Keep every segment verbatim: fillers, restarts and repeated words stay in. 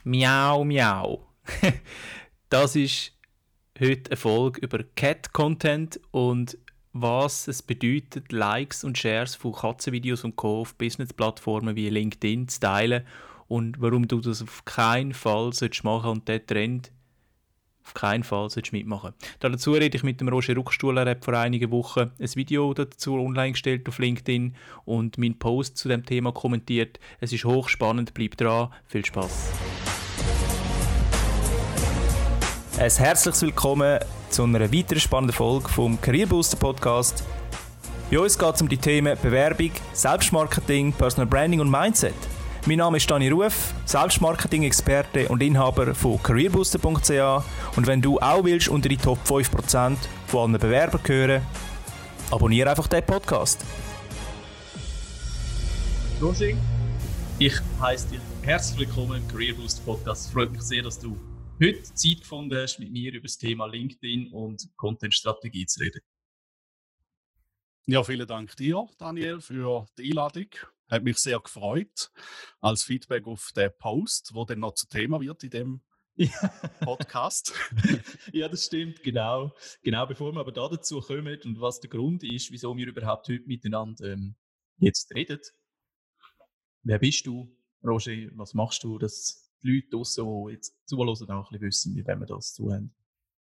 Miau, miau. Das ist heute eine Folge über Cat-Content und was es bedeutet, Likes und Shares von Katzenvideos und Co. auf Business-Plattformen wie LinkedIn zu teilen und warum du das auf keinen Fall machen solltest und diesen Trend auf keinen Fall mitmachen solltest. Dazu rede ich mit dem Roger Ruckstuhl. Er hat vor einigen Wochen ein Video dazu online gestellt auf LinkedIn und meinen Post zu dem Thema kommentiert. Es ist hochspannend, bleib dran, viel Spaß. Ein herzliches Willkommen zu einer weiteren spannenden Folge vom Career Booster Podcast. Bei uns geht es um die Themen Bewerbung, Selbstmarketing, Personal Branding und Mindset. Mein Name ist Dani Ruf, Selbstmarketing-Experte und Inhaber von careerbooster punkt c h. Und wenn du auch willst unter die Top fünf Prozent von allen Bewerbern gehören, abonniere einfach den Podcast. Roger, ich heiße dich herzlich willkommen im Career Booster Podcast. Es freut mich sehr, dass du heute Zeit gefunden hast, mit mir über das Thema LinkedIn und Content-Strategie zu reden. Ja, vielen Dank dir, Daniel, für die Einladung. Hat mich sehr gefreut, als Feedback auf den Post, der dann noch zum Thema wird in dem Podcast. Ja, das stimmt, genau. Genau, bevor wir aber da dazu kommen und was der Grund ist, wieso wir überhaupt heute miteinander ähm, jetzt reden. Wer bist du, Roger? Was machst du, dass die Leute draussen, die jetzt zuhören, auch ein bisschen wissen, wie wir das zu haben?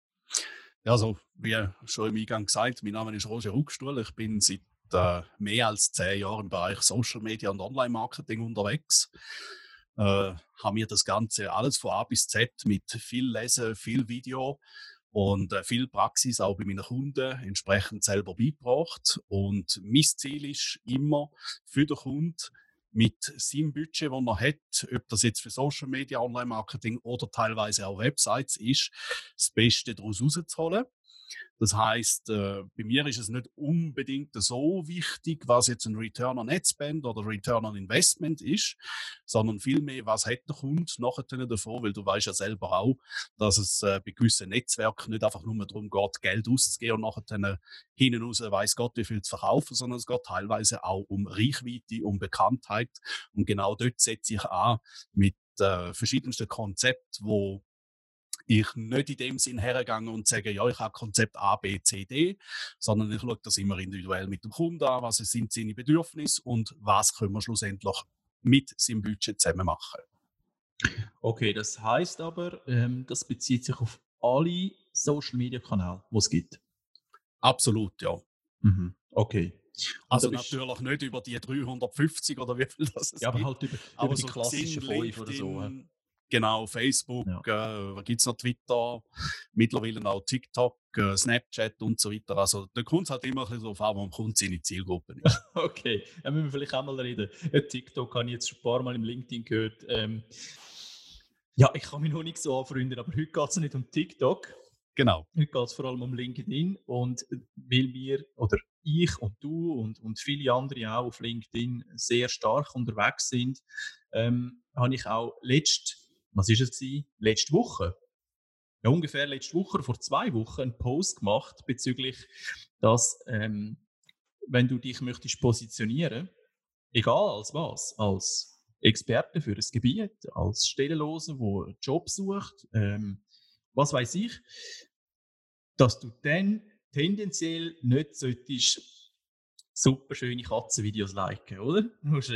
Ja, also, wie schon im Eingang gesagt, mein Name ist Roger Ruckstuhl. Ich bin seit äh, mehr als zehn Jahren im Bereich Social Media und Online-Marketing unterwegs. Äh, habe mir das Ganze alles von A bis Z mit viel Lesen, viel Video und äh, viel Praxis auch bei meinen Kunden entsprechend selber beigebracht. Und mein Ziel ist immer für den Kunden, mit seinem Budget, das er hat, ob das jetzt für Social Media, Online-Marketing oder teilweise auch Websites ist, das Beste daraus rauszuholen. Das heisst, äh, bei mir ist es nicht unbedingt so wichtig, was jetzt ein Return on Ad Spend oder Return on Investment ist, sondern vielmehr, was hat der Kunde nachher davon, weil du weißt ja selber auch, dass es äh, bei gewissen Netzwerken nicht einfach nur darum geht, Geld auszugeben und nachher dann hinten raus weiss Gott, wie viel zu verkaufen, sondern es geht teilweise auch um Reichweite, um Bekanntheit und genau dort setze ich an mit äh, verschiedensten Konzepten, wo ich nicht in dem Sinn hergegangen und sage, ja, ich habe Konzept A, B, C, D, sondern ich schaue das immer individuell mit dem Kunden an, was sind seine Bedürfnisse und was können wir schlussendlich mit seinem Budget zusammen machen. Okay, das heisst aber, ähm, das bezieht sich auf alle Social-Media-Kanäle, die es gibt? Absolut, ja. Mhm. Okay. Also natürlich nicht über die dreihundertfünfzig oder wie viel das es ja, gibt. Aber halt über, aber über die so klassischen fünf oder so. Ja. Genau, Facebook, ja. äh, gibt es noch Twitter, mittlerweile auch TikTok, äh, Snapchat und so weiter. Also da kommt es halt immer ein bisschen darauf an, wo kommt seine Zielgruppe ist. Okay, da müssen wir vielleicht auch mal reden. Ja, TikTok habe ich jetzt schon ein paar Mal im LinkedIn gehört. Ähm, ja, ich kann mich noch nicht so anfreunden, aber heute geht es nicht um TikTok. Genau. Heute geht es vor allem um LinkedIn und weil wir, oder ich und du und, und viele andere auch auf LinkedIn sehr stark unterwegs sind, ähm, habe ich auch letzt, was ist es gewesen? Letzte Woche, ja ungefähr letzte Woche, vor zwei Wochen, einen Post gemacht bezüglich, dass ähm, wenn du dich möchtest positionieren, egal als was, als Experte für ein Gebiet, als Stellenloser, der einen Job sucht, ähm, was weiß ich, dass du dann tendenziell nicht solltest super schöne Katzenvideos liken, oder?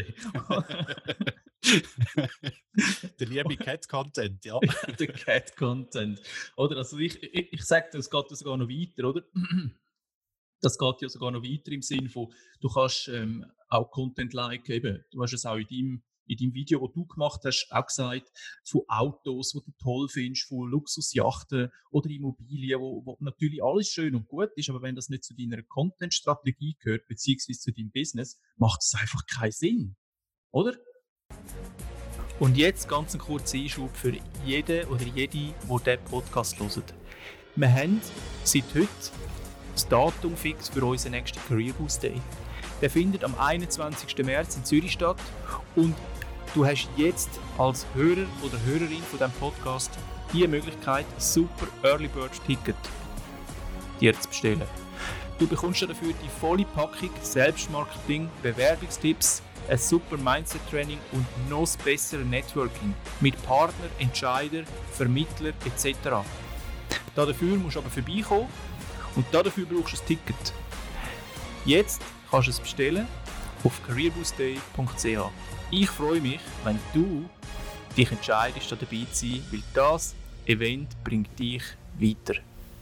Der liebe Cat-Content, ja. Der Cat-Content. Oder? Also ich, ich, ich sage, das geht ja sogar noch weiter, oder? Das geht ja sogar noch weiter im Sinne von, du kannst ähm, auch Content liken, eben. Du hast es auch in deinem, in deinem Video, das du gemacht hast, auch gesagt, von Autos, die du toll findest, von Luxusjachten oder Immobilien, wo, wo natürlich alles schön und gut ist, aber wenn das nicht zu deiner Content-Strategie gehört, beziehungsweise zu deinem Business, macht es einfach keinen Sinn, oder? Und jetzt ganz ein kurzer Einschub für jeden oder jede, die diesen Podcast hört. Wir haben seit heute das Datum fix für unseren nächsten Career Boost Day. Der findet am einundzwanzigsten März in Zürich statt und du hast jetzt als Hörer oder Hörerin von diesem Podcast die Möglichkeit, ein super Early Bird Ticket dir zu bestellen. Du bekommst dafür die volle Packung Selbstmarketing, Bewerbungstipps, ein super Mindset-Training und noch das bessere Networking mit Partner, Entscheider, Vermittler et cetera. Dafür musst du aber vorbeikommen und dafür brauchst du ein Ticket. Jetzt kannst du es bestellen auf careerboostday punkt c h. Ich freue mich, wenn du dich entscheidest, da dabei zu sein, weil das Event bringt dich weiter.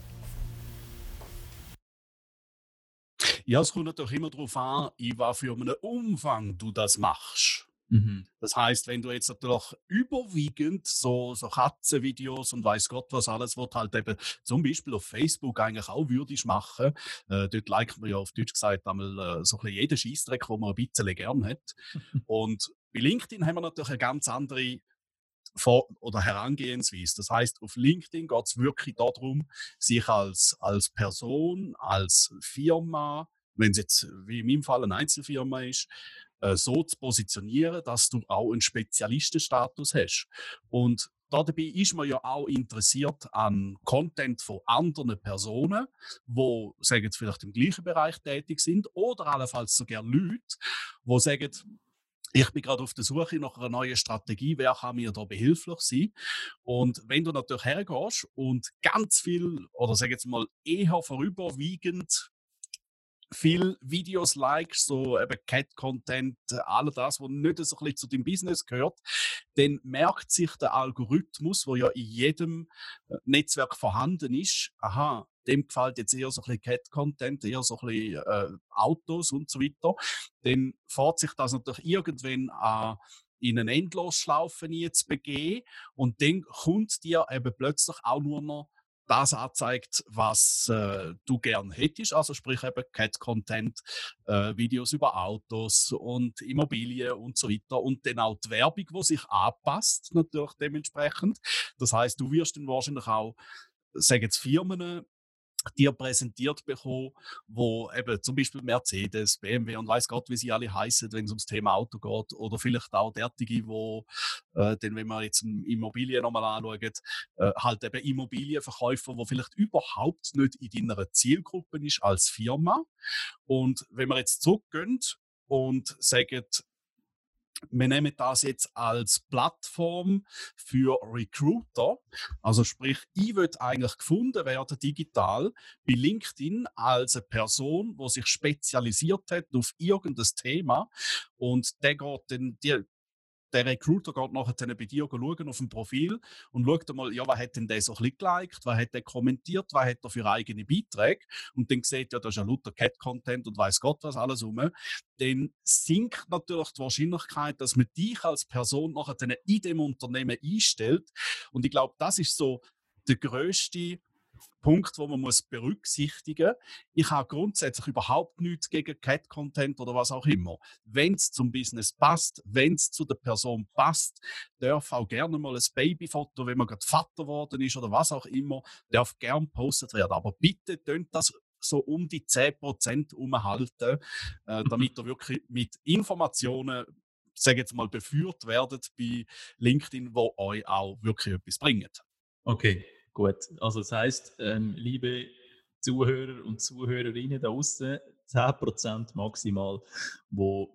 Ja, es kommt natürlich immer darauf an, in was für einem Umfang du das machst. Mhm. Das heißt, wenn du jetzt natürlich überwiegend so, so Katzenvideos und weiß Gott was alles, was halt eben zum Beispiel auf Facebook eigentlich auch würdest machen, äh, dort liked man ja auf Deutsch gesagt einmal äh, so ein bisschen jeden Scheissdreck, den man ein bisschen gern hat. Und bei LinkedIn haben wir natürlich eine ganz andere Vor- oder Herangehensweise. Das heißt, auf LinkedIn geht es wirklich darum, sich als, als Person, als Firma, wenn es jetzt wie in meinem Fall eine Einzelfirma ist, äh, so zu positionieren, dass du auch einen Spezialistenstatus hast. Und dabei ist man ja auch interessiert an Content von anderen Personen, die sagen jetzt vielleicht im gleichen Bereich tätig sind oder allenfalls sogar Leute, die sagen, ich bin gerade auf der Suche nach einer neuen Strategie, wer kann mir da behilflich sein? Und wenn du natürlich hergehst und ganz viel, oder sag jetzt mal eher vorüberwiegend viel Videos likest, so eben Cat-Content, all das, was nicht so ein bisschen zu deinem Business gehört, dann merkt sich der Algorithmus, der ja in jedem äh, Netzwerk vorhanden ist, aha, dem gefällt jetzt eher so ein bisschen Cat-Content, eher so ein bisschen äh, Autos und so weiter, dann fährt sich das natürlich irgendwann an in eine Endlosschlaufe zu begeben und dann kommt dir eben plötzlich auch nur noch das anzeigt, was äh, du gern hättest, also sprich eben Cat-Content, äh, Videos über Autos und Immobilien und so weiter und dann auch die Werbung, die sich anpasst, natürlich dementsprechend. Das heißt, du wirst dann wahrscheinlich auch, sagen jetzt Firmen, dir präsentiert bekommen, wo eben zum Beispiel Mercedes, B M W und weiß Gott, wie sie alle heißen, wenn es ums Thema Auto geht, oder vielleicht auch derartige, wo, äh, denn wenn wir jetzt Immobilien nochmal anschauen, äh, halt eben Immobilienverkäufer, wo vielleicht überhaupt nicht in deiner Zielgruppe ist als Firma. Und wenn wir jetzt zurückgehen und sagen, wir nehmen das jetzt als Plattform für Recruiter. Also sprich, ich will eigentlich gefunden werden digital bei LinkedIn als eine Person, die sich spezialisiert hat auf irgendein Thema. Und der geht dann, die, der Recruiter geht nachher dann bei dir schauen auf dem Profil und schaut mal, ja, was hat denn der so ein bisschen geliked, was hat der kommentiert, was hat er für eigene Beiträge und dann sieht ja, da ist ja lauter Cat-Content und weiss Gott was alles rum. Dann sinkt natürlich die Wahrscheinlichkeit, dass man dich als Person nachher dann in dem Unternehmen einstellt. Und ich glaube, das ist so der grösste Punkt, wo man muss berücksichtigen muss. Ich habe grundsätzlich überhaupt nichts gegen Cat-Content oder was auch immer. Wenn es zum Business passt, wenn es zu der Person passt, darf auch gerne mal ein Babyfoto, wenn man gerade Vater geworden ist oder was auch immer, darf gerne gepostet werden. Aber bitte tönt das so um die zehn Prozent umhalten, äh, damit ihr wirklich mit Informationen, sage jetzt mal, beführt werdet bei LinkedIn, wo euch auch wirklich etwas bringt. Okay, gut. Also das heisst, ähm, liebe Zuhörer und Zuhörerinnen da draußen, zehn Prozent maximal, wo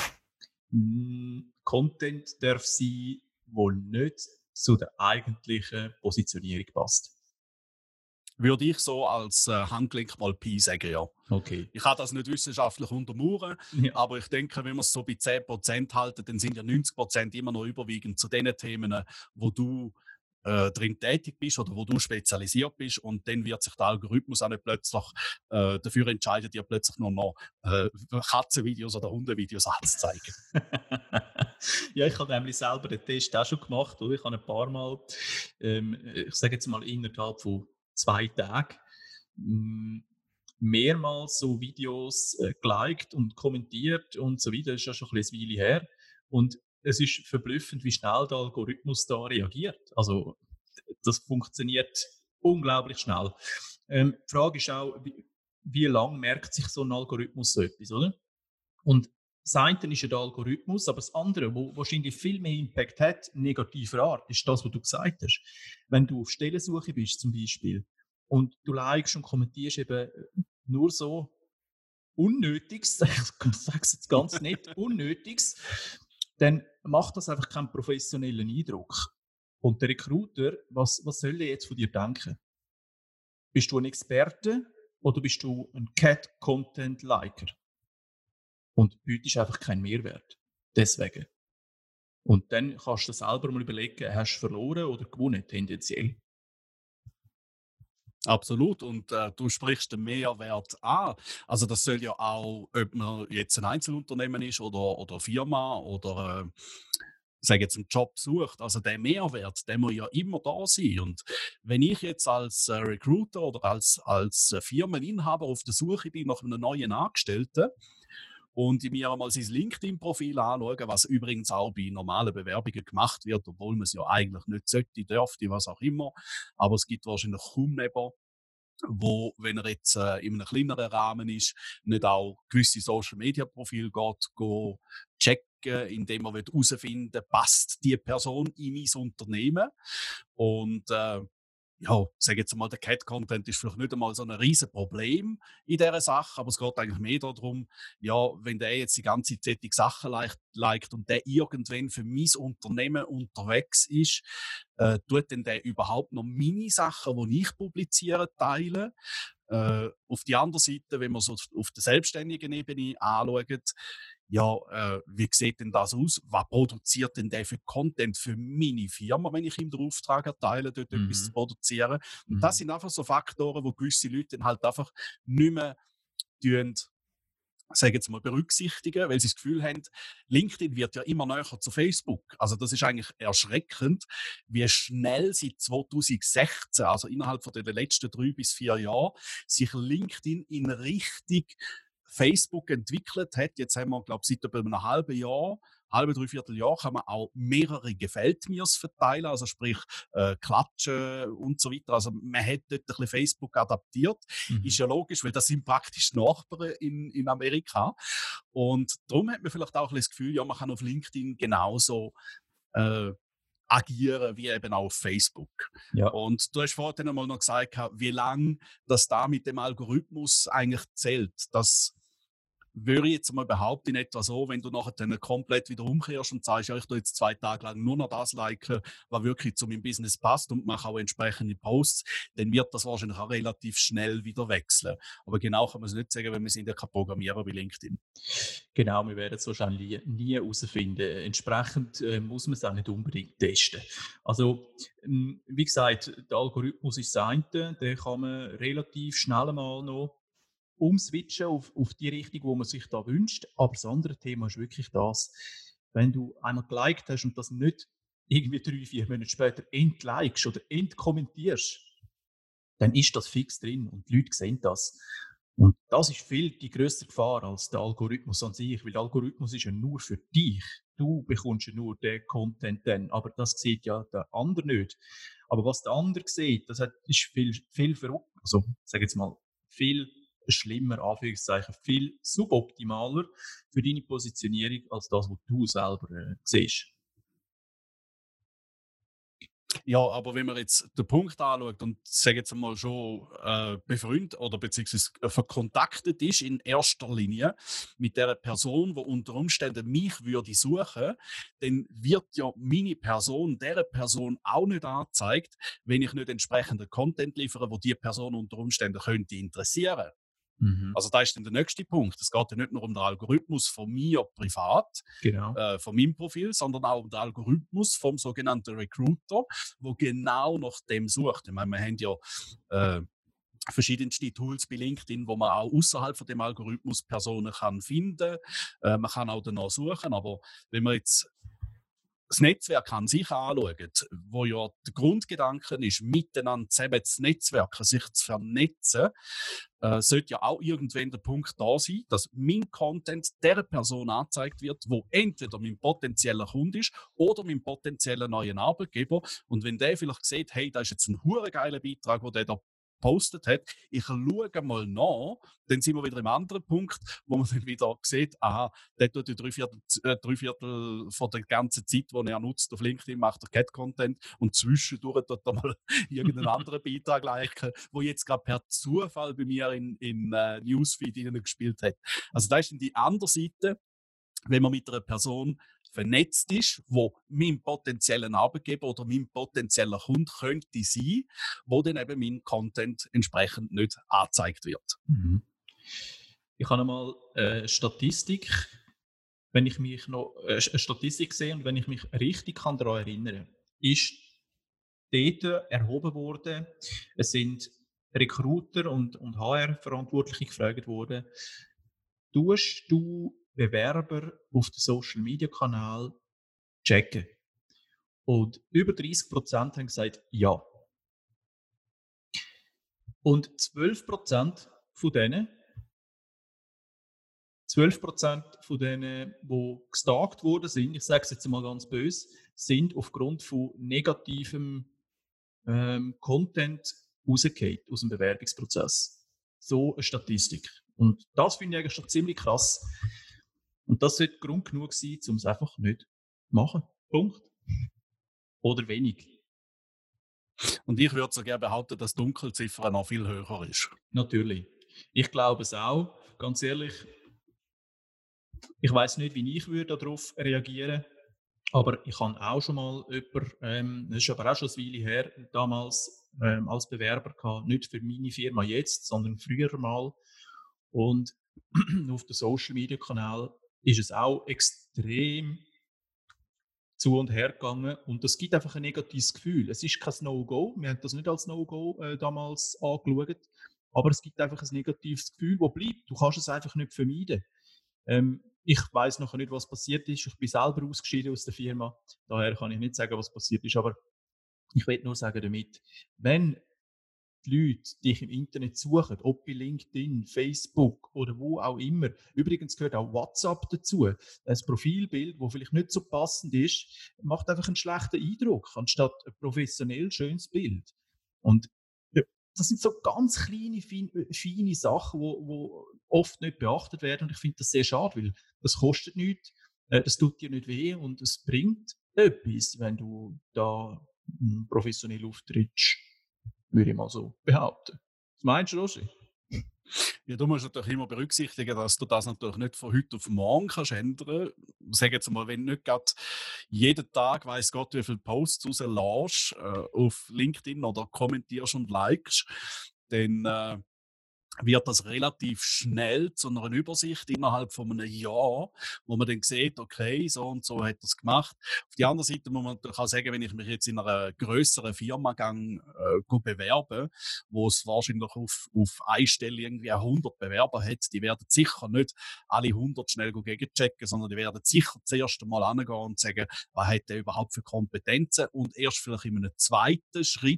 mh, Content darf sein, wo nicht zu der eigentlichen Positionierung passt. Würde ich so als äh, Handgelenk mal Pi sagen, ja. Okay. Ich kann das nicht wissenschaftlich untermauern, Ja. aber ich denke, wenn wir es so bei zehn Prozent halten, dann sind ja neunzig Prozent immer noch überwiegend zu den Themen, wo du äh, drin tätig bist oder wo du spezialisiert bist und dann wird sich der Algorithmus auch nicht plötzlich äh, dafür entscheiden, dir plötzlich nur noch äh, Katzenvideos oder Hundevideos anzuzeigen. Ja, ich habe nämlich selber den Test auch schon gemacht. Oder? Ich habe ein paar Mal, ähm, ich sage jetzt mal innerhalb von zwei Tagen, mh, mehrmals so Videos äh, geliked und kommentiert und so weiter. Das ist ja schon ein bisschen eine Weile her. Und es ist verblüffend, wie schnell der Algorithmus da reagiert. Also, das funktioniert unglaublich schnell. Ähm, die Frage ist auch, wie, wie lange merkt sich so ein Algorithmus so etwas, oder? Und das eine ist ja der Algorithmus, aber das andere, wo wahrscheinlich viel mehr Impact hat, negativer Art, ist das, was du gesagt hast. Wenn du auf Stellensuche bist zum Beispiel und du likest und kommentierst eben nur so Unnötiges, ich sage es jetzt ganz nett, Unnötiges, dann macht das einfach keinen professionellen Eindruck. Und der Recruiter, was, was soll er jetzt von dir denken? Bist du ein Experte oder bist du ein Cat-Content-Liker? Und bietest einfach keinen Mehrwert. Deswegen. Und dann kannst du selber mal überlegen, hast du verloren oder gewonnen, tendenziell. Absolut. Und äh, du sprichst den Mehrwert an. Also das soll ja auch, ob man jetzt ein Einzelunternehmen ist oder, oder Firma oder äh, sage jetzt einen Job sucht. Also der Mehrwert, der muss ja immer da sein. Und wenn ich jetzt als äh, Recruiter oder als, als äh, Firmeninhaber auf der Suche bin nach einem neuen Angestellten, und ich mir einmal sein LinkedIn-Profil anschauen, was übrigens auch bei normalen Bewerbungen gemacht wird, obwohl man es ja eigentlich nicht sollte, dürfte, was auch immer. Aber es gibt wahrscheinlich kaum jemanden, wo, wenn er jetzt äh, in einem kleineren Rahmen ist, nicht auch gewisse Social-Media-Profile geht, go checken, indem er herausfinden will, passt die Person in mein Unternehmen. Und äh, ja, sage jetzt mal, der Cat-Content ist vielleicht nicht einmal so ein riesen Problem in dieser Sache, aber es geht eigentlich mehr darum, ja, wenn der jetzt die ganze Zeit die Sachen liked, liked und der irgendwann für mein Unternehmen unterwegs ist, äh, tut denn der überhaupt noch meine Sachen, die ich publiziere, teilen? Äh, auf die andere Seite, wenn man so auf der selbstständigen Ebene anschaut, ja, äh, wie sieht denn das aus? Was produziert denn der für Content für meine Firma, wenn ich ihm den Auftrag erteile, dort mhm. etwas zu produzieren? Und mhm. das sind einfach so Faktoren, wo gewisse Leute dann halt einfach nicht mehr tun, sagen jetzt mal, berücksichtigen, weil sie das Gefühl haben, LinkedIn wird ja immer näher zu Facebook. Also das ist eigentlich erschreckend, wie schnell seit zweitausendsechzehn, also innerhalb von den letzten drei bis vier Jahren, sich LinkedIn in Richtung Facebook entwickelt hat. Jetzt haben wir, glaube ich, seit etwa einem halben Jahr, halbe, dreiviertel Jahr, kann man auch mehrere Gefällt mir's verteilen, also sprich äh, Klatschen und so weiter. Also man hat dort ein bisschen Facebook adaptiert. Mhm. Ist ja logisch, weil das sind praktisch Nachbarn in, in Amerika. Und darum hat man vielleicht auch ein bisschen das Gefühl, ja, man kann auf LinkedIn genauso äh, agieren wie eben auch auf Facebook. Ja. Und du hast vorhin einmal noch gesagt, wie lange das da mit dem Algorithmus eigentlich zählt. Das würde ich jetzt mal behaupten, in etwa so, wenn du nachher dann komplett wieder umkehrst und sagst, ja, ich tue jetzt zwei Tage lang nur noch das liken, was wirklich zu meinem Business passt und mache auch entsprechende Posts, dann wird das wahrscheinlich auch relativ schnell wieder wechseln. Aber genau kann man es nicht sagen, wenn wir sind ja kein Programmierer bei LinkedIn. Genau, wir werden es wahrscheinlich nie herausfinden. Entsprechend äh, muss man es auch nicht unbedingt testen. Also, ähm, wie gesagt, der Algorithmus ist das eine, den kann man relativ schnell mal noch umswitchen auf, auf die Richtung, wo man sich da wünscht. Aber das andere Thema ist wirklich das, wenn du einmal geliked hast und das nicht irgendwie drei, vier Monate später entlikest oder entkommentierst, dann ist das fix drin und die Leute sehen das. Und das ist viel die größere Gefahr als der Algorithmus an sich, weil der Algorithmus ist ja nur für dich. Du bekommst ja nur den Content dann, aber das sieht ja der andere nicht. Aber was der andere sieht, das ist viel, viel verrückt, also sag jetzt mal, viel schlimmer, Anführungszeichen, viel suboptimaler für deine Positionierung als das, was du selber äh, siehst. Ja, aber wenn man jetzt den Punkt anschaut und sage jetzt einmal schon äh, befreundet oder beziehungsweise verkontaktet ist in erster Linie mit der Person, die unter Umständen mich würde suchen, dann wird ja meine Person dieser Person auch nicht angezeigt, wenn ich nicht entsprechenden Content liefere, wo die Person unter Umständen könnte interessieren. Mhm. Also da ist dann der nächste Punkt. Es geht ja nicht nur um den Algorithmus von mir privat, genau. äh, von meinem Profil, sondern auch um den Algorithmus vom sogenannten Recruiter, wo genau nach dem sucht. Ich meine, wir haben ja äh, verschiedenste Tools bei LinkedIn, wo man auch außerhalb von dem Algorithmus Personen kann finden. Äh, man kann auch danach suchen, aber wenn man jetzt das Netzwerk an sich anschaut, wo ja der Grundgedanke ist, miteinander zusammen zu netzwerken, sich zu vernetzen, äh, sollte ja auch irgendwann der Punkt da sein, dass mein Content der Person angezeigt wird, wo entweder mein potenzieller Kunde ist oder mein potenzieller neuer Arbeitgeber. Und wenn der vielleicht sieht, hey, da ist jetzt ein hure geiler Beitrag, den der da gepostet hat. Ich schaue mal nach, dann sind wir wieder im anderen Punkt, wo man dann wieder sieht, aha, der tut die drei Viertel, äh, drei Viertel von der ganzen Zeit, die er nutzt auf LinkedIn, macht er Cat-Content und zwischendurch tut er mal irgendeinen anderen Beitrag liken, wo jetzt gerade per Zufall bei mir in, in uh, Newsfeed gespielt hat. Also da ist dann die andere Seite, wenn man mit einer Person vernetzt ist, wo mein potenzieller Arbeitgeber oder mein potenzieller Kunde könnte sein, wo dann eben mein Content entsprechend nicht angezeigt wird. Mhm. Ich habe einmal eine Statistik, wenn ich mich noch äh, eine Statistik sehe und wenn ich mich richtig kann daran erinnere, ist dort erhoben worden, es sind Recruiter und, und H R-Verantwortliche gefragt worden, tust du Bewerber auf den Social-Media-Kanal checken? Und über dreißig Prozent haben gesagt, ja. Und zwölf Prozent von denen, zwölf Prozent von denen, die gestalkt worden sind, ich sage es jetzt mal ganz böse, sind aufgrund von negativem ähm, Content rausgefallen aus dem Bewerbungsprozess. So eine Statistik. Und das finde ich eigentlich schon ziemlich krass. Und das sollte Grund genug sein, um es einfach nicht zu machen. Punkt. Oder wenig. Und ich würde so gerne behaupten, dass die Dunkelziffer noch viel höher ist. Natürlich. Ich glaube es auch. Ganz ehrlich, ich weiss nicht, wie ich würde darauf reagieren würde. Aber ich habe auch schon mal jemanden, ähm, das ist aber auch schon eine Weile her, damals ähm, als Bewerber gehabt, nicht für meine Firma jetzt, sondern früher mal. Und auf dem Social-Media-Kanal ist es auch extrem zu und her gegangen und das gibt einfach ein negatives Gefühl. Es ist kein No-Go, wir haben das nicht als No-Go äh, damals angeschaut, aber es gibt einfach ein negatives Gefühl, das bleibt. Du kannst es einfach nicht vermeiden. Ähm, ich weiss noch nicht, was passiert ist. Ich bin selber ausgeschieden aus der Firma, daher kann ich nicht sagen, was passiert ist, aber ich will nur sagen damit, wenn die Leute dich im Internet suchen, ob bei LinkedIn, Facebook oder wo auch immer. Übrigens gehört auch WhatsApp dazu. Ein Profilbild, das vielleicht nicht so passend ist, macht einfach einen schlechten Eindruck, anstatt ein professionell schönes Bild. Und das sind so ganz kleine, feine Sachen, die oft nicht beachtet werden. Und ich finde das sehr schade, weil das kostet nichts, das tut dir nicht weh und es bringt etwas, wenn du da professionell auftrittst. Würde ich mal so behaupten. Was meinst du, Rosi? Ja, du musst natürlich immer berücksichtigen, dass du das natürlich nicht von heute auf morgen kannst ändern. Sag jetzt mal, wenn du nicht gerade jeden Tag, weiss Gott, wie viele Posts rauslässt äh, auf LinkedIn oder kommentierst und likest, dann äh, wird das relativ schnell zu einer Übersicht innerhalb von einem Jahr, wo man dann sieht, okay, so und so hat er es gemacht. Auf die andere Seite muss man natürlich auch sagen, wenn ich mich jetzt in einer grösseren Firma gang, äh, bewerbe, wo es wahrscheinlich auf, auf eine Stelle irgendwie hundert Bewerber hat, die werden sicher nicht alle hundert schnell gegenchecken, sondern die werden sicher zuerst einmal angehen und sagen, was hat der überhaupt für Kompetenzen und erst vielleicht in einem zweiten Schritt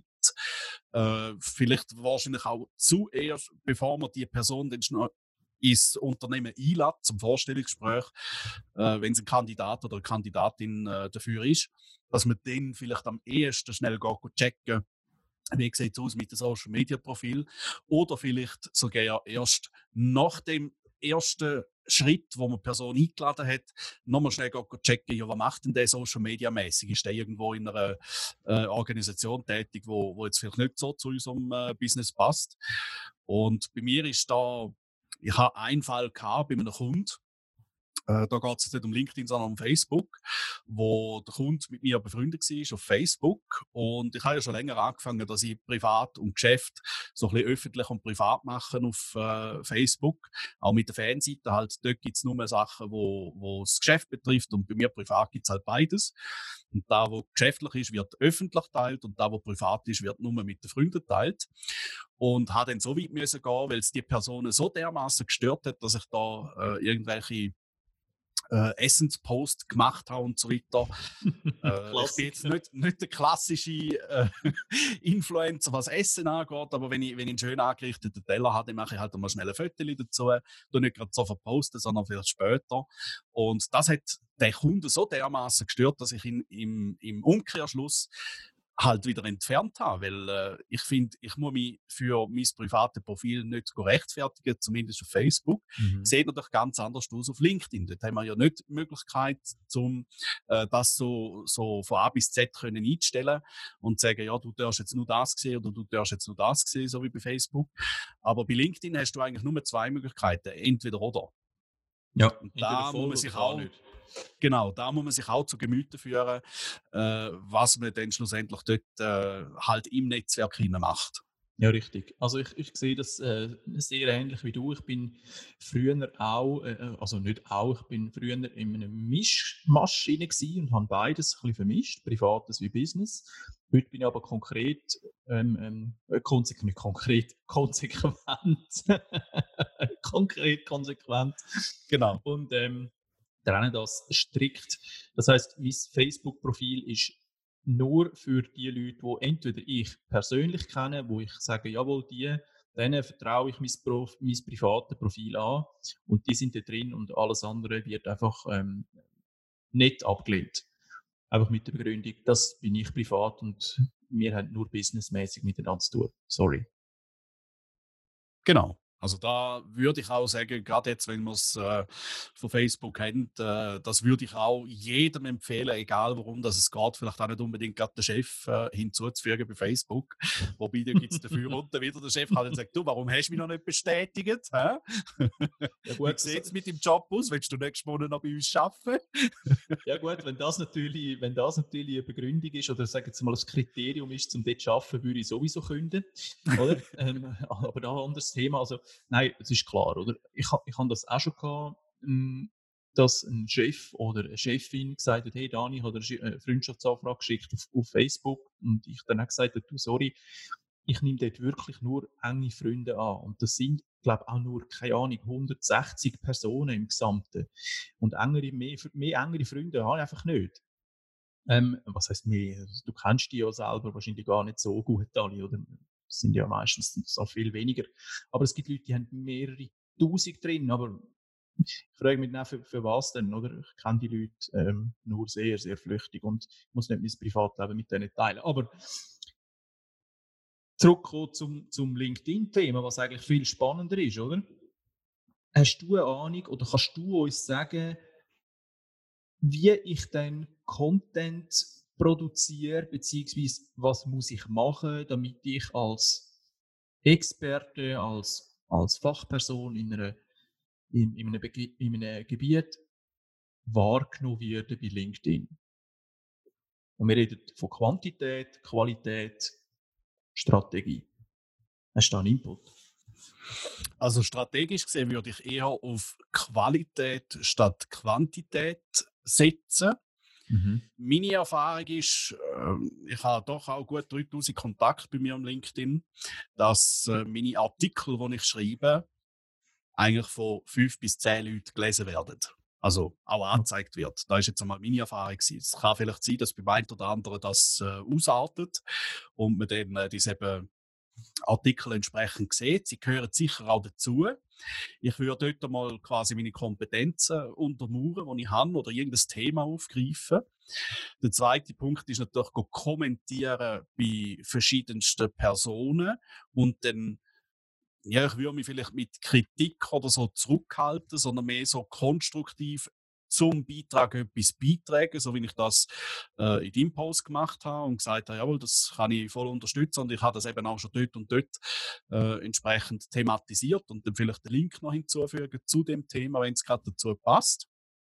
Äh, vielleicht wahrscheinlich auch zuerst, bevor man die Person dann schon ins Unternehmen einlädt zum Vorstellungsgespräch, äh, wenn es ein Kandidat oder eine Kandidatin äh, dafür ist, dass man dann vielleicht am ehesten schnell geht, checken, wie sieht es aus mit dem Social Media Profil, oder vielleicht sogar erst nach dem ersten Schritt, wo man die Person eingeladen hat, nochmal schnell checken, ja, was macht denn der Social Media mäßig? Ist der irgendwo in einer äh, Organisation tätig, wo, wo jetzt vielleicht nicht so zu unserem äh, Business passt? Und bei mir ist da, ich habe einen Fall gehabt bei einem Kunden. Äh, da geht es nicht um LinkedIn, sondern um Facebook, wo der Kunde mit mir befreundet war auf Facebook. Und ich habe ja schon länger angefangen, dass ich privat und Geschäft so ein bisschen öffentlich und privat mache auf äh, Facebook. Auch mit der Fanseite halt. Dort gibt es nur Sachen, wo, wo das Geschäft betrifft, und bei mir privat gibt es halt beides. Und da, wo geschäftlich ist, wird öffentlich geteilt, und da, wo privat ist, wird nur mit den Freunden geteilt. Und habe dann so weit müssen gehen, weil es die Personen so dermaßen gestört hat, dass ich da äh, irgendwelche Äh, Essenspost gemacht habe und so weiter. äh, ich bin jetzt nicht, nicht der klassische äh, Influencer, was Essen angeht, aber wenn ich, wenn ich einen schön angerichteten Teller habe, dann mache ich halt mal schnell ein Foto dazu. Du nicht gerade so verposten, sondern vielleicht später. Und das hat den Kunden so dermaßen gestört, dass ich in, im, im Umkehrschluss halt wieder entfernt habe, weil äh, ich finde, ich muss mich für mein privates Profil nicht rechtfertigen, zumindest auf Facebook. Mhm. Sieht natürlich ganz anders aus auf LinkedIn. Dort haben wir ja nicht die Möglichkeit, zum, äh, das so, so von A bis Z können einstellen und sagen, ja, du darfst jetzt nur das sehen oder du darfst jetzt nur das sehen, so wie bei Facebook. Aber bei LinkedIn hast du eigentlich nur zwei Möglichkeiten, entweder oder. Ja, Und entweder da voll muss man sich oder gar auch nicht. Genau, da muss man sich auch zu Gemüte führen, äh, was man dann schlussendlich dort äh, halt im Netzwerk hinein macht. Ja, richtig. Also ich, ich sehe das äh, sehr ähnlich wie du. Ich bin früher auch, äh, also nicht auch, ich bin früher in einem Mischmasch rein gsi und habe beides ein bisschen vermischt, Privates wie Business. Heute bin ich aber konkret, ähm, ähm, äh, konsequent, nicht konkret, konsequent, konkret, konsequent Genau. und ähm, trenne das strikt. Das heißt, mein Facebook-Profil ist nur für die Leute, die entweder ich persönlich kenne, wo ich sage, jawohl, die, denen vertraue ich mein, Prof, mein privates Profil an und die sind da drin und alles andere wird einfach ähm, nicht abgelehnt. Einfach mit der Begründung, das bin ich privat und wir haben nur businessmäßig miteinander zu tun. Sorry. Genau. Also da würde ich auch sagen, gerade jetzt, wenn man es äh, von Facebook kennt, äh, das würde ich auch jedem empfehlen, egal worum das es geht, vielleicht auch nicht unbedingt gerade den Chef äh, hinzuzufügen bei Facebook. Wobei, da gibt es dafür unten wieder, der Chef hat gesagt, du, warum hast du mich noch nicht bestätigt? Hä? Ja Wie gut, sieht es das, mit dem Job aus? Willst du nächstes Monat noch bei uns arbeiten? ja gut, wenn das natürlich, wenn das natürlich eine Begründung ist oder sagen wir mal ein Kriterium ist, um dort zu arbeiten, würde ich sowieso künden, oder? ähm, aber da ein anderes Thema. Also nein, es ist klar, oder? Ich, ha- ich habe das auch schon gehabt, ähm, dass ein Chef oder eine Chefin gesagt hat, hey Dani, ich habe dir eine Freundschaftsanfrage geschickt auf, auf Facebook und ich dann auch gesagt habe, du, sorry, ich nehme dort wirklich nur enge Freunde an. Und das sind, glaube ich, auch nur, keine Ahnung, hundertsechzig Personen im Gesamten. Und engere, mehr, mehr engere Freunde habe ich einfach nicht. Ähm, was heißt mehr? Du kennst die ja selber wahrscheinlich gar nicht so gut alle, oder? Das sind ja meistens so viel weniger. Aber es gibt Leute, die haben mehrere Tausend drin, aber ich frage mich dann, für, für was denn, oder? Ich kenne die Leute ähm, nur sehr, sehr flüchtig und muss nicht mein Privatleben mit denen teilen. Aber zurückkommen zum, zum LinkedIn-Thema, was eigentlich viel spannender ist, oder? Hast du eine Ahnung oder kannst du uns sagen, wie ich dann Content produziere, beziehungsweise was muss ich machen, damit ich als Experte, als, als Fachperson in, einer, in, in, einem, Bege- in einem Gebiet wahrgenommen werde bei LinkedIn? Und wir reden von Quantität, Qualität, Strategie. Hast du da einen Input? Also strategisch gesehen würde ich eher auf Qualität statt Quantität setzen. Mhm. Meine Erfahrung ist, äh, ich habe doch auch gut dreitausend Kontakte bei mir am LinkedIn, dass äh, meine Artikel, die ich schreibe, eigentlich von fünf bis zehn Leuten gelesen werden. Also auch angezeigt wird. Da ist jetzt einmal meine Erfahrung gewesen. Es kann vielleicht sein, dass beim einen oder anderen das äh, ausartet und man dann äh, diese eben Artikel entsprechend sieht. Sie gehören sicher auch dazu. Ich würde dort mal quasi meine Kompetenzen untermauern, die ich habe, oder irgendein Thema aufgreifen. Der zweite Punkt ist natürlich go kommentieren bei verschiedensten Personen und dann, ja, ich würde mich vielleicht mit Kritik oder so zurückhalten, sondern mehr so konstruktiv zum Beitrag etwas beitragen, so wie ich das äh, in deinem Post gemacht habe und gesagt habe, jawohl, das kann ich voll unterstützen und ich habe das eben auch schon dort und dort äh, entsprechend thematisiert und dann vielleicht den Link noch hinzufügen zu dem Thema, wenn es gerade dazu passt.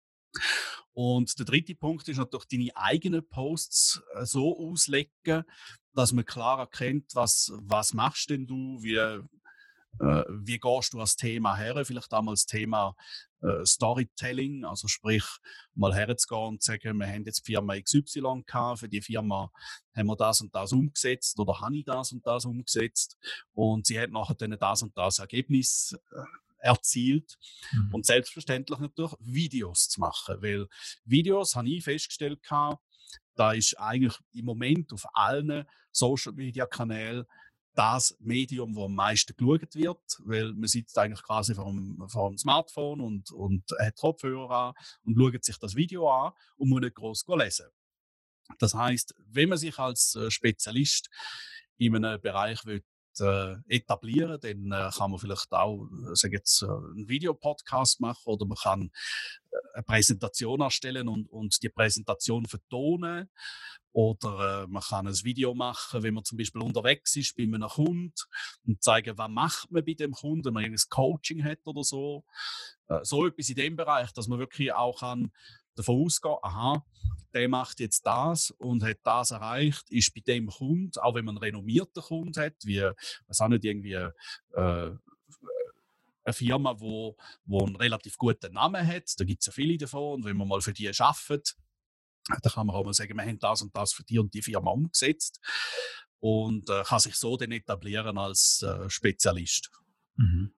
Und der dritte Punkt ist natürlich, deine eigenen Posts äh, so auslegen, dass man klar erkennt, was, was machst denn du, wie, äh, wie gehst du ans Thema her, vielleicht auch mal das Thema äh, Storytelling, also sprich, mal herzugehen und sagen, wir haben jetzt Firma X Y gehabt, für die Firma haben wir das und das umgesetzt oder habe ich das und das umgesetzt und sie hat nachher dann das und das Ergebnis äh, erzielt. Mhm. Und selbstverständlich natürlich Videos zu machen, weil Videos, habe ich festgestellt, da ist eigentlich im Moment auf allen Social-Media-Kanälen das Medium, das am meisten geschaut wird, weil man sitzt eigentlich quasi vor dem, vor dem Smartphone und, und hat Kopfhörer an und schaut sich das Video an und muss nicht gross lesen. Das heisst, wenn man sich als äh, Spezialist in einem Bereich will, äh, etablieren, dann äh, kann man vielleicht auch äh, sag jetzt, äh, einen Videopodcast machen oder man kann äh, eine Präsentation erstellen und, und die Präsentation vertonen. Oder äh, man kann ein Video machen, wenn man zum Beispiel unterwegs ist bei einem Kunden und zeigen, was macht man bei dem Kunden, wenn man ein Coaching hat oder so. Äh, so etwas in dem Bereich, dass man wirklich auch kann davon ausgehen, aha, der macht jetzt das und hat das erreicht, ist bei dem Kunden, auch wenn man einen renommierten Kunden hat, wie, was auch nicht irgendwie äh, eine Firma, wo, wo einen relativ guten Namen hat, da gibt es ja viele davon, und wenn man mal für die arbeitet, da kann man auch mal sagen, wir haben das und das für die und die Firma umgesetzt und äh, kann sich so dann etablieren als äh, Spezialist. Mhm.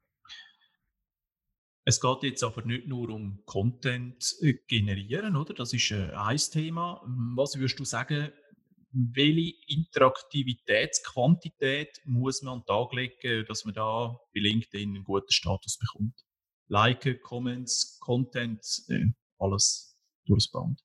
Es geht jetzt aber nicht nur um Content äh, generieren, oder? Das ist äh, ein Thema. Was würdest du sagen, welche Interaktivitätsquantität muss man an den Tag legen, dass man da bei LinkedIn einen guten Status bekommt? Liken, Comments, Content, äh, alles durchs Band.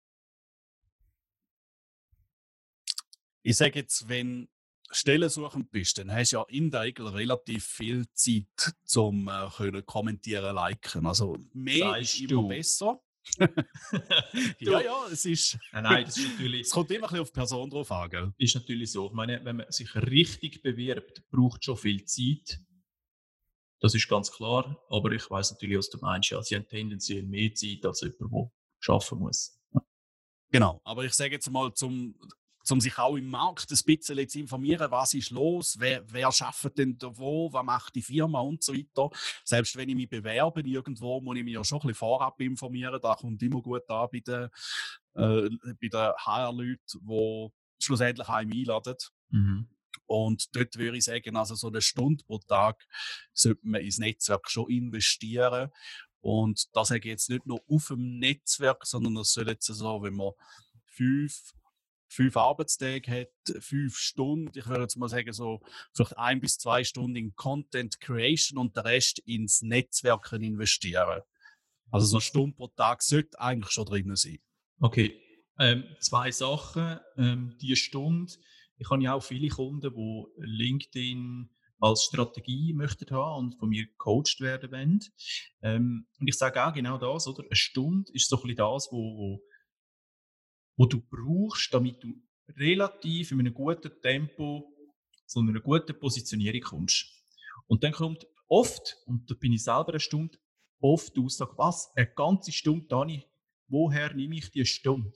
Ich sage jetzt, wenn stellensuchend bist, dann hast du ja in der Regel relativ viel Zeit zum äh, können kommentieren, liken. Also mehr Sagst ist immer du. besser. Du. Ja, ja, es ist. Nein, nein, das ist natürlich, Es kommt immer ein bisschen auf die Person drauf an, gell? ist natürlich so. Ich meine, wenn man sich richtig bewirbt, braucht schon viel Zeit. Das ist ganz klar. Aber ich weiß natürlich, was du meinst. Ja, sie haben tendenziell mehr Zeit als jemand, der arbeiten muss. Genau. Aber ich sage jetzt mal, zum, zum sich auch im Markt ein bisschen zu informieren, was ist los, wer, wer arbeitet denn da wo, was macht die Firma und so weiter. Selbst wenn ich mich bewerbe irgendwo, muss ich mich ja schon ein bisschen vorab informieren. Da kommt immer gut an bei den, äh, bei den H R-Leuten, die schlussendlich einem einladen. Mhm. Und dort würde ich sagen, also so eine Stunde pro Tag sollte man ins Netzwerk schon investieren. Und das sage ich jetzt nicht nur auf dem Netzwerk, sondern das soll jetzt so, wenn man fünf, fünf Arbeitstage hat, fünf Stunden, ich würde jetzt mal sagen, so vielleicht ein bis zwei Stunden in Content Creation und den Rest ins Netzwerken investieren. Also so eine Stunde pro Tag sollte eigentlich schon drin sein. Okay, ähm, zwei Sachen. Ähm, die Stunde, ich habe ja auch viele Kunden, die LinkedIn als Strategie möchten haben und von mir gecoacht werden wollen. Ähm, und ich sage auch genau das, oder? Eine Stunde ist so ein bisschen das, wo, wo, wo du brauchst, damit du relativ in einem guten Tempo zu einer guten Positionierung kommst. Und dann kommt oft, und da bin ich selber eine Stunde, oft die Aussage, was, eine ganze Stunde, Dani, woher nehme ich die Stunde?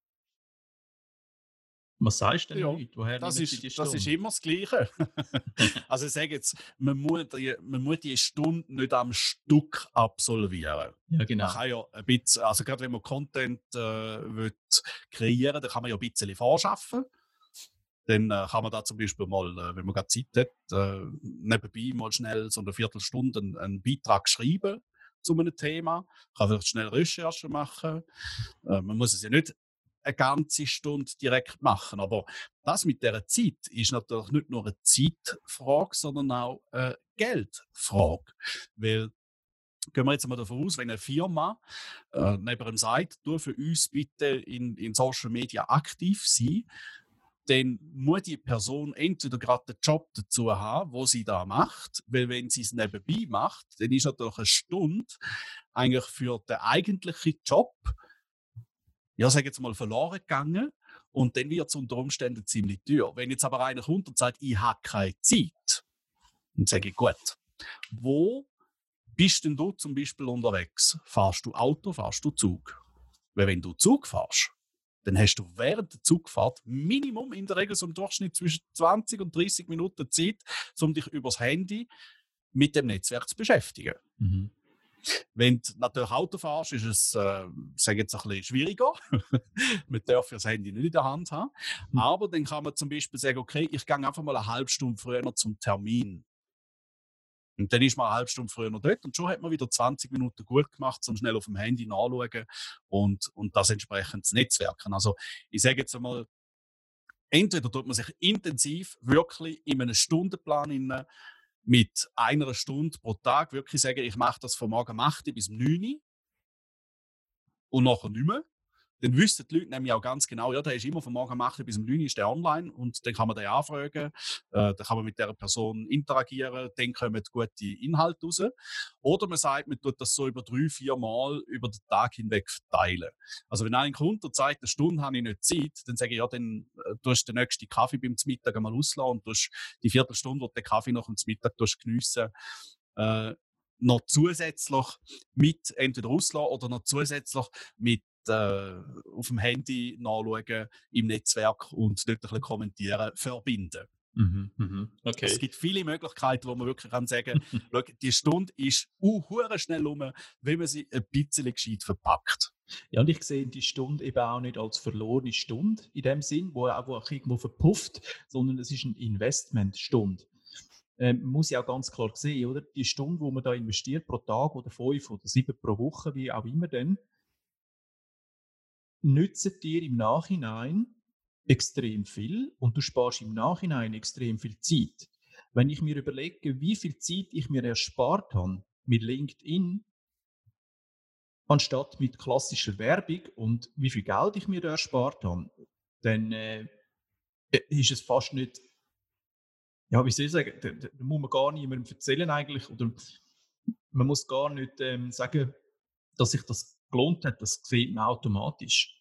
Was sagst du denn Ja, Leute? Woher das nehmen sie die ist, das Stunde? ist immer das Gleiche. Also ich sage jetzt, man muss, die, man muss die Stunde nicht am Stück absolvieren. Ja, genau. Man kann ja ein bisschen, also gerade wenn man Content äh, will kreieren, dann kann man ja ein bisschen vorschaffen. Dann äh, kann man da zum Beispiel mal, äh, wenn man gerade Zeit hat, äh, nebenbei mal schnell so eine Viertelstunde einen, einen Beitrag schreiben zu einem Thema. Kann vielleicht schnell Recherche machen. Äh, man muss es ja nicht eine ganze Stunde direkt machen. Aber das mit dieser Zeit ist natürlich nicht nur eine Zeitfrage, sondern auch eine Geldfrage. Weil, gehen wir jetzt mal davon aus, wenn eine Firma äh, neben einem sagt, du für uns bitte in, in Social Media aktiv sein, dann muss die Person entweder gerade den Job dazu haben, wo sie da macht, weil wenn sie es nebenbei macht, dann ist natürlich eine Stunde eigentlich für den eigentlichen Job, ja, sag jetzt mal, verloren gegangen und dann wird es unter Umständen ziemlich teuer. Wenn jetzt aber einer kommt und sagt, ich habe keine Zeit, dann sage ich, gut, wo bist denn du zum Beispiel unterwegs? Fahrst du Auto, fahrst du Zug? Weil wenn du Zug fährst, dann hast du während der Zugfahrt Minimum in der Regel so im Durchschnitt zwischen zwanzig und dreißig Minuten Zeit, um dich übers Handy mit dem Netzwerk zu beschäftigen. Mhm. Wenn du natürlich Auto fährst, ist es, äh, sage jetzt ein bisschen schwieriger. Man darf ja das Handy nicht in der Hand haben. Mhm. Aber dann kann man zum Beispiel sagen, okay, ich gehe einfach mal eine halbe Stunde früher zum Termin. Und dann ist man eine halbe Stunde früher noch dort und schon hat man wieder zwanzig Minuten gut gemacht, um schnell auf dem Handy nachzuschauen und, und das entsprechend zu netzwerken. Also ich sage jetzt einmal, entweder tut man sich intensiv wirklich in einem Stundenplan in, mit einer Stunde pro Tag wirklich sagen, ich mache das von morgen um acht bis neun und nachher nicht mehr. dann wissen die Leute nämlich auch ganz genau, ja, der ist immer von morgen um acht bis um neun ist der online und dann kann man den anfragen, äh, dann kann man mit der Person interagieren, dann kommen gute Inhalte raus. Oder man sagt, man tut das so über drei, vier Mal über den Tag hinweg verteilen. Also wenn ein Kunde sagt, eine Stunde habe ich nicht Zeit, dann sage ich, ja, dann äh, tust du den nächsten Kaffee beim Mittag einmal auslassen und tust die Viertelstunde, wo du den Kaffee nach dem Mittag geniessen, äh, noch zusätzlich mit entweder auslassen oder noch zusätzlich mit äh, auf dem Handy nachschauen im Netzwerk und dort ein bisschen kommentieren, verbinden. Mhm, mhm. Okay. Es gibt viele Möglichkeiten, wo man wirklich kann sagen kann, die Stunde ist uh, schnell um, wenn man sie ein bisschen gescheit verpackt. Ja, und ich sehe die Stunde eben auch nicht als verlorene Stunde in dem Sinn, wo auch, wo auch irgendwo verpufft, sondern es ist eine Investmentstunde. Ähm, man muss ja auch ganz klar sehen, oder? Die Stunde, die man da investiert pro Tag oder fünf oder sieben pro Woche, wie auch immer dann, nützen dir im Nachhinein extrem viel und du sparst im Nachhinein extrem viel Zeit. Wenn ich mir überlege, wie viel Zeit ich mir erspart habe mit LinkedIn, anstatt mit klassischer Werbung und wie viel Geld ich mir da erspart habe, dann äh, ist es fast nicht, ja, wie soll ich sagen, da, da muss man gar niemandem erzählen eigentlich, oder man muss gar nicht ähm, sagen, dass sich das gelohnt hat, das sieht man automatisch.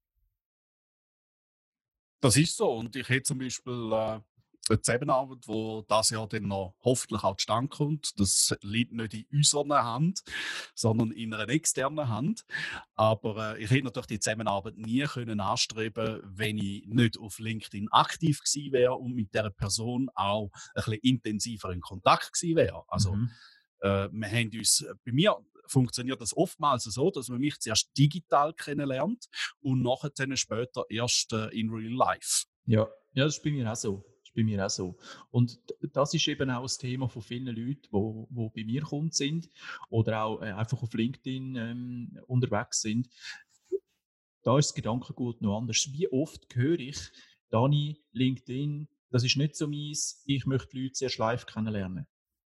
Das ist so und ich hätte zum Beispiel äh, eine Zusammenarbeit, wo das Jahr dann noch hoffentlich auch zustande kommt. Das liegt nicht in unserer Hand, sondern in einer externen Hand. Aber äh, ich hätte natürlich die Zusammenarbeit nie können anstreben, wenn ich nicht auf LinkedIn aktiv gewesen wäre und mit dieser Person auch ein bisschen intensiver in Kontakt gewesen wäre. Also Mhm. äh, wir haben uns, bei mir funktioniert das oftmals so, dass man mich zuerst digital kennenlernt und nachher dann später erst äh, in real life. Ja, ja, das ist bei mir auch so. Das ist bei mir auch so. Und d- das ist eben auch das Thema von vielen Leuten, die wo, wo bei mir Kunden sind oder auch äh, einfach auf LinkedIn ähm, unterwegs sind. Da ist das Gedankengut noch anders. Wie oft höre ich, Dani, LinkedIn, das ist nicht so meins, ich möchte die Leute sehr live kennenlernen.